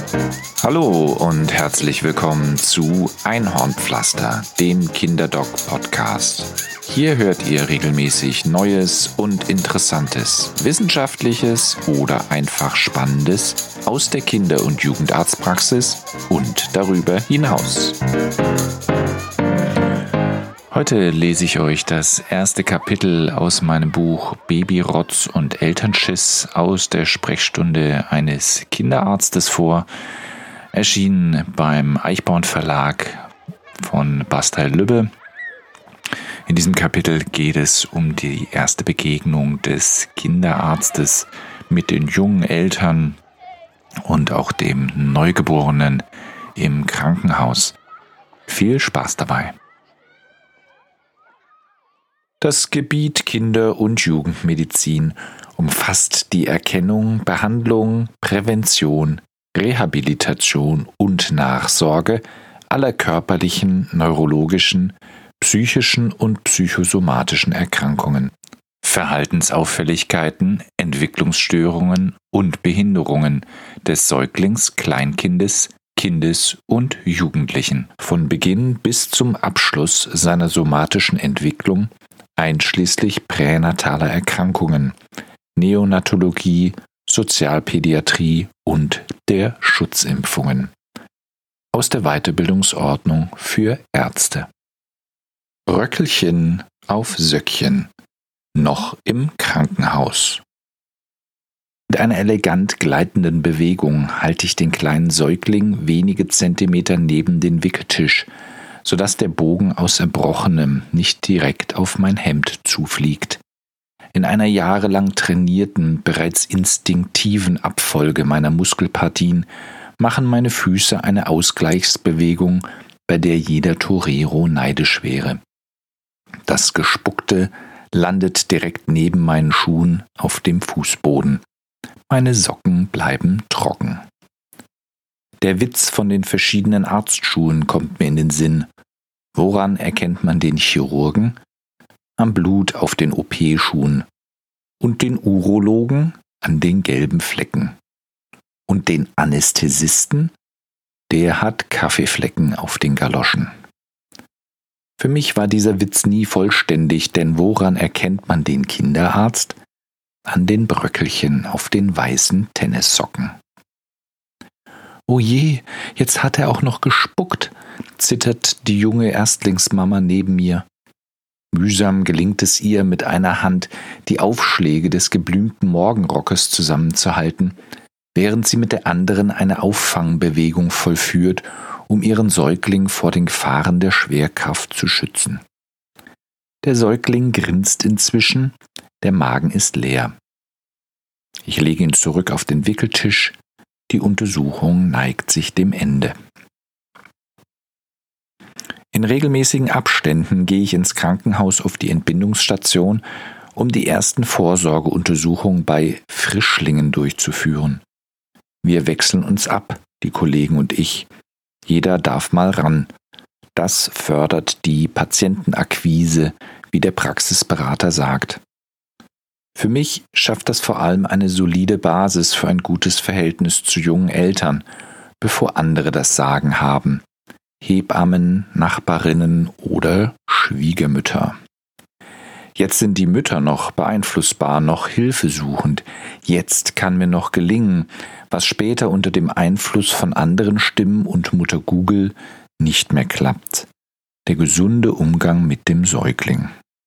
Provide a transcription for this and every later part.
Hallo und herzlich willkommen zu Einhornpflaster, dem Kinderdoc-Podcast. Hier hört ihr regelmäßig Neues und Interessantes, Wissenschaftliches oder einfach Spannendes aus der Kinder- und Jugendarztpraxis und darüber hinaus. Heute lese ich euch das erste Kapitel aus meinem Buch Babyrotz und Elternschiss aus der Sprechstunde eines Kinderarztes vor, erschienen beim Eichborn Verlag von Bastei Lübbe. In diesem Kapitel geht es um die erste Begegnung des Kinderarztes mit den jungen Eltern und auch dem Neugeborenen im Krankenhaus. Viel Spaß dabei! Das Gebiet Kinder- und Jugendmedizin umfasst die Erkennung, Behandlung, Prävention, Rehabilitation und Nachsorge aller körperlichen, neurologischen, psychischen und psychosomatischen Erkrankungen, Verhaltensauffälligkeiten, Entwicklungsstörungen und Behinderungen des Säuglings, Kleinkindes, Kindes und Jugendlichen, von Beginn bis zum Abschluss seiner somatischen Entwicklung, einschließlich pränataler Erkrankungen, Neonatologie, Sozialpädiatrie und der Schutzimpfungen. Aus der Weiterbildungsordnung für Ärzte. Röckelchen auf Söckchen, noch im Krankenhaus. Mit einer elegant gleitenden Bewegung halte ich den kleinen Säugling wenige Zentimeter neben den Wickeltisch, sodass der Bogen aus Erbrochenem nicht direkt auf mein Hemd zufliegt. In einer jahrelang trainierten, bereits instinktiven Abfolge meiner Muskelpartien machen meine Füße eine Ausgleichsbewegung, bei der jeder Torero neidisch wäre. Das Gespuckte landet direkt neben meinen Schuhen auf dem Fußboden. Meine Socken bleiben trocken. Der Witz von den verschiedenen Arztschuhen kommt mir in den Sinn. Woran erkennt man den Chirurgen? Am Blut auf den OP-Schuhen. Und den Urologen an den gelben Flecken. Und den Anästhesisten? Der hat Kaffeeflecken auf den Galoschen. Für mich war dieser Witz nie vollständig, denn woran erkennt man den Kinderarzt? An den Bröckelchen auf den weißen Tennissocken. »Oh je, jetzt hat er auch noch gespuckt«, zittert die junge Erstlingsmama neben mir. Mühsam gelingt es ihr, mit einer Hand die Aufschläge des geblümten Morgenrockes zusammenzuhalten, während sie mit der anderen eine Auffangbewegung vollführt, um ihren Säugling vor den Gefahren der Schwerkraft zu schützen. Der Säugling grinst inzwischen, der Magen ist leer. Ich lege ihn zurück auf den Wickeltisch. Die Untersuchung neigt sich dem Ende. In regelmäßigen Abständen gehe ich ins Krankenhaus auf die Entbindungsstation, um die ersten Vorsorgeuntersuchungen bei Frischlingen durchzuführen. Wir wechseln uns ab, die Kollegen und ich. Jeder darf mal ran. Das fördert die Patientenakquise, wie der Praxisberater sagt. Für mich schafft das vor allem eine solide Basis für ein gutes Verhältnis zu jungen Eltern, bevor andere das Sagen haben. Hebammen, Nachbarinnen oder Schwiegermütter. Jetzt sind die Mütter noch beeinflussbar, noch hilfesuchend. Jetzt kann mir noch gelingen, was später unter dem Einfluss von anderen Stimmen und Mutter Google nicht mehr klappt. Der gesunde Umgang mit dem Säugling.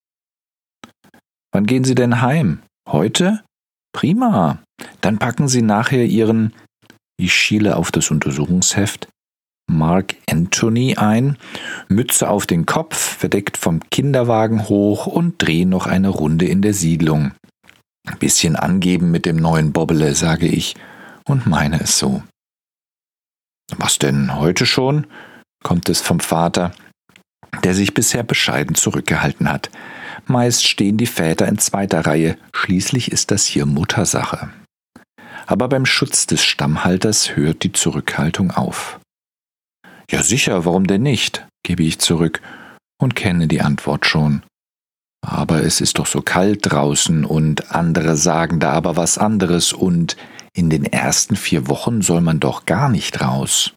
Wann gehen Sie denn heim? Heute? Prima. Dann packen Sie nachher Ihren, ich schiele auf das Untersuchungsheft, Mark Anthony ein, Mütze auf den Kopf, verdeckt vom Kinderwagen hoch und drehen noch eine Runde in der Siedlung. Ein bisschen angeben mit dem neuen Bobbele, sage ich, und meine es so. Was denn, heute schon? Kommt es vom Vater, der sich bisher bescheiden zurückgehalten hat. Meist stehen die Väter in zweiter Reihe, schließlich ist das hier Muttersache. Aber beim Schutz des Stammhalters hört die Zurückhaltung auf. Ja sicher, warum denn nicht, gebe ich zurück und kenne die Antwort schon. Aber es ist doch so kalt draußen und andere sagen da aber was anderes und In den ersten 4 Wochen soll man doch gar nicht raus.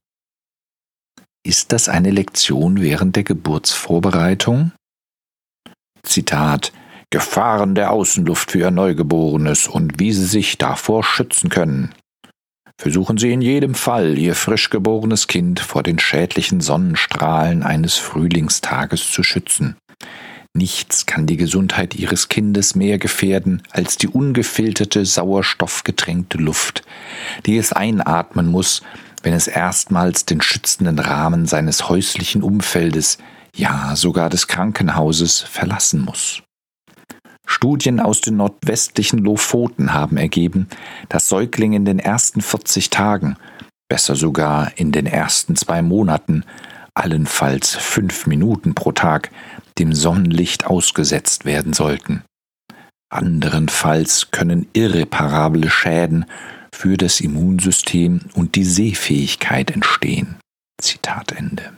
Ist das eine Lektion während der Geburtsvorbereitung? Zitat: Gefahren der Außenluft für Ihr Neugeborenes und wie Sie sich davor schützen können. Versuchen Sie in jedem Fall, Ihr frisch geborenes Kind vor den schädlichen Sonnenstrahlen eines Frühlingstages zu schützen. Nichts kann die Gesundheit Ihres Kindes mehr gefährden als die ungefilterte, sauerstoffgetränkte Luft, die es einatmen muss, wenn es erstmals den schützenden Rahmen seines häuslichen Umfeldes, ja sogar des Krankenhauses, verlassen muss. Studien aus den nordwestlichen Lofoten haben ergeben, dass Säuglinge in den ersten 40 Tagen, besser sogar in den ersten 2 Monaten, allenfalls 5 Minuten pro Tag, dem Sonnenlicht ausgesetzt werden sollten. Anderenfalls können irreparable Schäden für das Immunsystem und die Sehfähigkeit entstehen. Zitat Ende.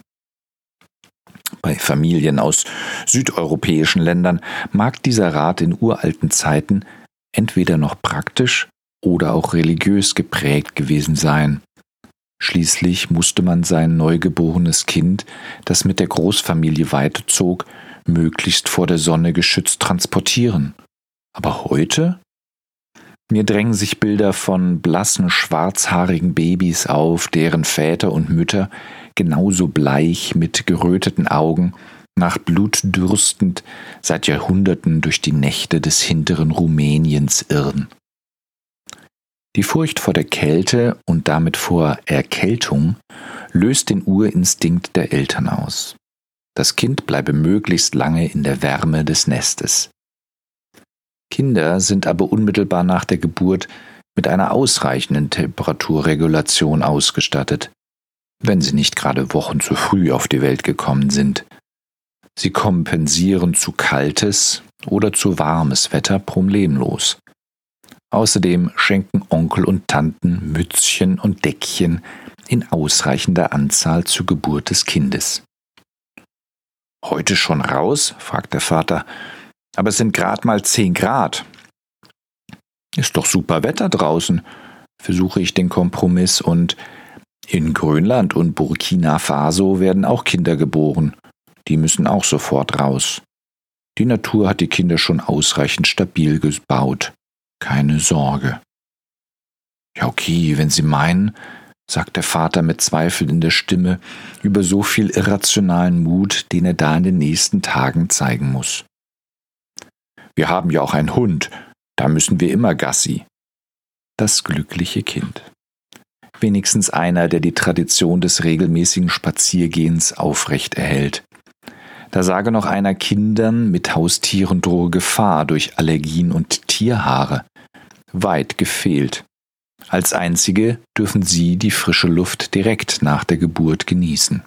Bei Familien aus südeuropäischen Ländern mag dieser Rat in uralten Zeiten entweder noch praktisch oder auch religiös geprägt gewesen sein. Schließlich musste man sein neugeborenes Kind, das mit der Großfamilie weiterzog, möglichst vor der Sonne geschützt transportieren. Aber heute? Mir drängen sich Bilder von blassen, schwarzhaarigen Babys auf, deren Väter und Mütter genauso bleich mit geröteten Augen, nach Blut dürstend, seit Jahrhunderten durch die Nächte des hinteren Rumäniens irren. Die Furcht vor der Kälte und damit vor Erkältung löst den Urinstinkt der Eltern aus. Das Kind bleibe möglichst lange in der Wärme des Nestes. Kinder sind aber unmittelbar nach der Geburt mit einer ausreichenden Temperaturregulation ausgestattet, wenn sie nicht gerade Wochen zu früh auf die Welt gekommen sind. Sie kompensieren zu kaltes oder zu warmes Wetter problemlos. Außerdem schenken Onkel und Tanten Mützchen und Deckchen in ausreichender Anzahl zur Geburt des Kindes. »Heute schon raus?« fragt der Vater. »Aber es sind gerade mal 10 Grad.« »Ist doch super Wetter draußen«, versuche ich den Kompromiss, und in Grönland und Burkina Faso werden auch Kinder geboren. Die müssen auch sofort raus. Die Natur hat die Kinder schon ausreichend stabil gebaut. Keine Sorge. »Ja, okay, wenn Sie meinen«, sagt der Vater mit Zweifel in der Stimme über so viel irrationalen Mut, den er da in den nächsten Tagen zeigen muss. »Wir haben ja auch einen Hund, da müssen wir immer Gassi.« Das glückliche Kind. Wenigstens einer, der die Tradition des regelmäßigen Spaziergehens aufrecht erhält. Da sage noch einer, Kindern mit Haustieren drohe Gefahr durch Allergien und Tierhaare. Weit gefehlt. Als Einzige dürfen sie die frische Luft direkt nach der Geburt genießen.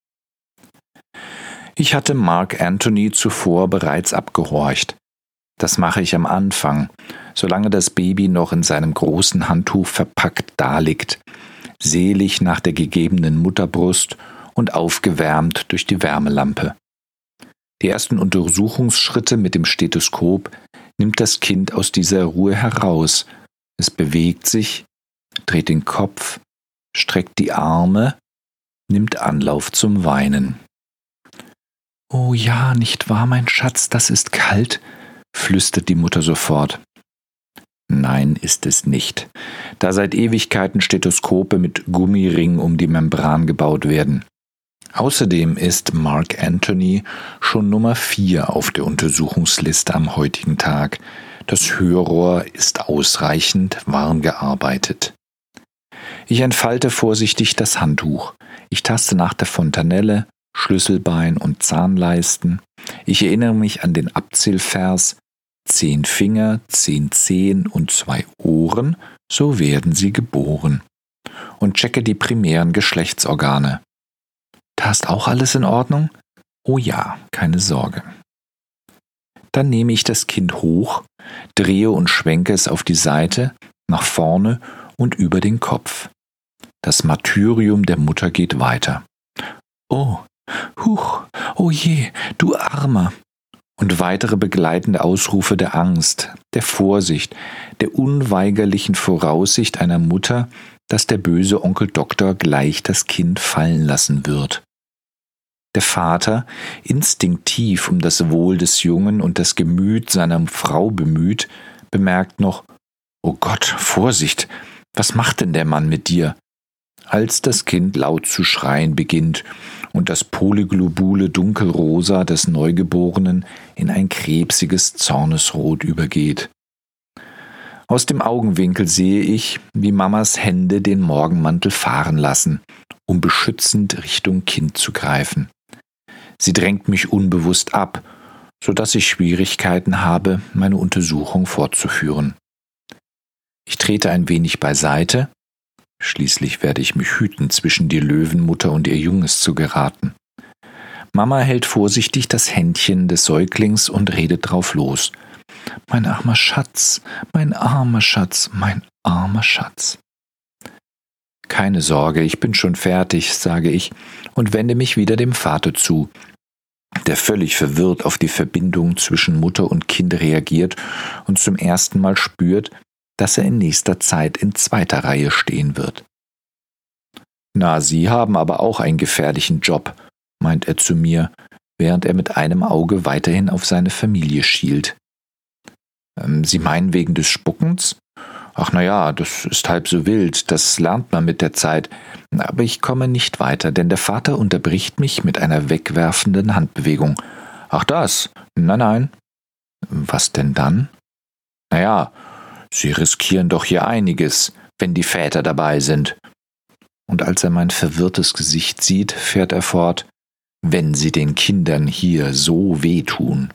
Ich hatte Mark Anthony zuvor bereits abgehorcht. Das mache ich am Anfang, solange das Baby noch in seinem großen Handtuch verpackt daliegt, selig nach der gegebenen Mutterbrust und aufgewärmt durch die Wärmelampe. Die ersten Untersuchungsschritte mit dem Stethoskop nimmt das Kind aus dieser Ruhe heraus. Es bewegt sich, dreht den Kopf, streckt die Arme, nimmt Anlauf zum Weinen. »Oh ja, nicht wahr, mein Schatz, das ist kalt«, flüstert die Mutter sofort. Nein, ist es nicht, da seit Ewigkeiten Stethoskope mit Gummiring um die Membran gebaut werden. Außerdem ist Mark Anthony schon Nummer 4 auf der Untersuchungsliste am heutigen Tag. Das Hörrohr ist ausreichend warm gearbeitet. Ich entfalte vorsichtig das Handtuch. Ich taste nach der Fontanelle, Schlüsselbein und Zahnleisten. Ich erinnere mich an den Abzählvers: 10 Finger, 10 Zehen und 2 Ohren, so werden sie geboren. Und checke die primären Geschlechtsorgane. Da ist auch alles in Ordnung? Oh ja, keine Sorge. Dann nehme ich das Kind hoch, drehe und schwenke es auf die Seite, nach vorne und über den Kopf. Das Martyrium der Mutter geht weiter. Oh, huch, oh je, du Armer. und weitere begleitende Ausrufe der Angst, der Vorsicht, der unweigerlichen Voraussicht einer Mutter, dass der böse Onkel Doktor gleich das Kind fallen lassen wird. Der Vater, instinktiv um das Wohl des Jungen und das Gemüt seiner Frau bemüht, bemerkt noch: »Oh Gott, Vorsicht, was macht denn der Mann mit dir?«, als das Kind laut zu schreien beginnt und das polyglobule Dunkelrosa des Neugeborenen in ein krebsiges Zornesrot übergeht. Aus dem Augenwinkel sehe ich, wie Mamas Hände den Morgenmantel fahren lassen, um beschützend Richtung Kind zu greifen. Sie drängt mich unbewusst ab, sodass ich Schwierigkeiten habe, meine Untersuchung fortzuführen. Ich trete ein wenig beiseite. Schließlich werde ich mich hüten, zwischen die Löwenmutter und ihr Junges zu geraten. Mama hält vorsichtig das Händchen des Säuglings und redet drauf los. »Mein armer Schatz, mein armer Schatz, mein armer Schatz.« »Keine Sorge, ich bin schon fertig«, sage ich und wende mich wieder dem Vater zu, der völlig verwirrt auf die Verbindung zwischen Mutter und Kind reagiert und zum ersten Mal spürt, dass er in nächster Zeit in zweiter Reihe stehen wird. »Na, Sie haben aber auch einen gefährlichen Job«, meint er zu mir, während er mit einem Auge weiterhin auf seine Familie schielt. »Sie meinen wegen des Spuckens? Ach na ja, das ist halb so wild, das lernt man mit der Zeit. Aber ich komme nicht weiter, denn der Vater unterbricht mich mit einer wegwerfenden Handbewegung. »Ach das? Nein.« »Was denn dann?« »Naja, Sie riskieren doch hier einiges, wenn die Väter dabei sind.« Und als er mein verwirrtes Gesicht sieht, fährt er fort: »Wenn Sie den Kindern hier so wehtun.«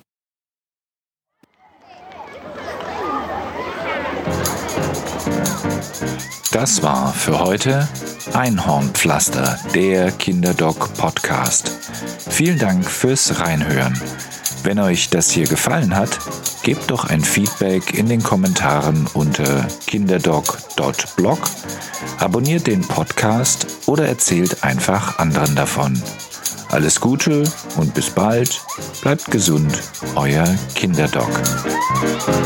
Das war für heute Einhornpflaster, der Kinderdoc-Podcast. Vielen Dank fürs Reinhören. Wenn euch das hier gefallen hat, gebt doch ein Feedback in den Kommentaren unter kinderdoc.blog, abonniert den Podcast oder erzählt einfach anderen davon. Alles Gute und bis bald, bleibt gesund, euer Kinderdoc.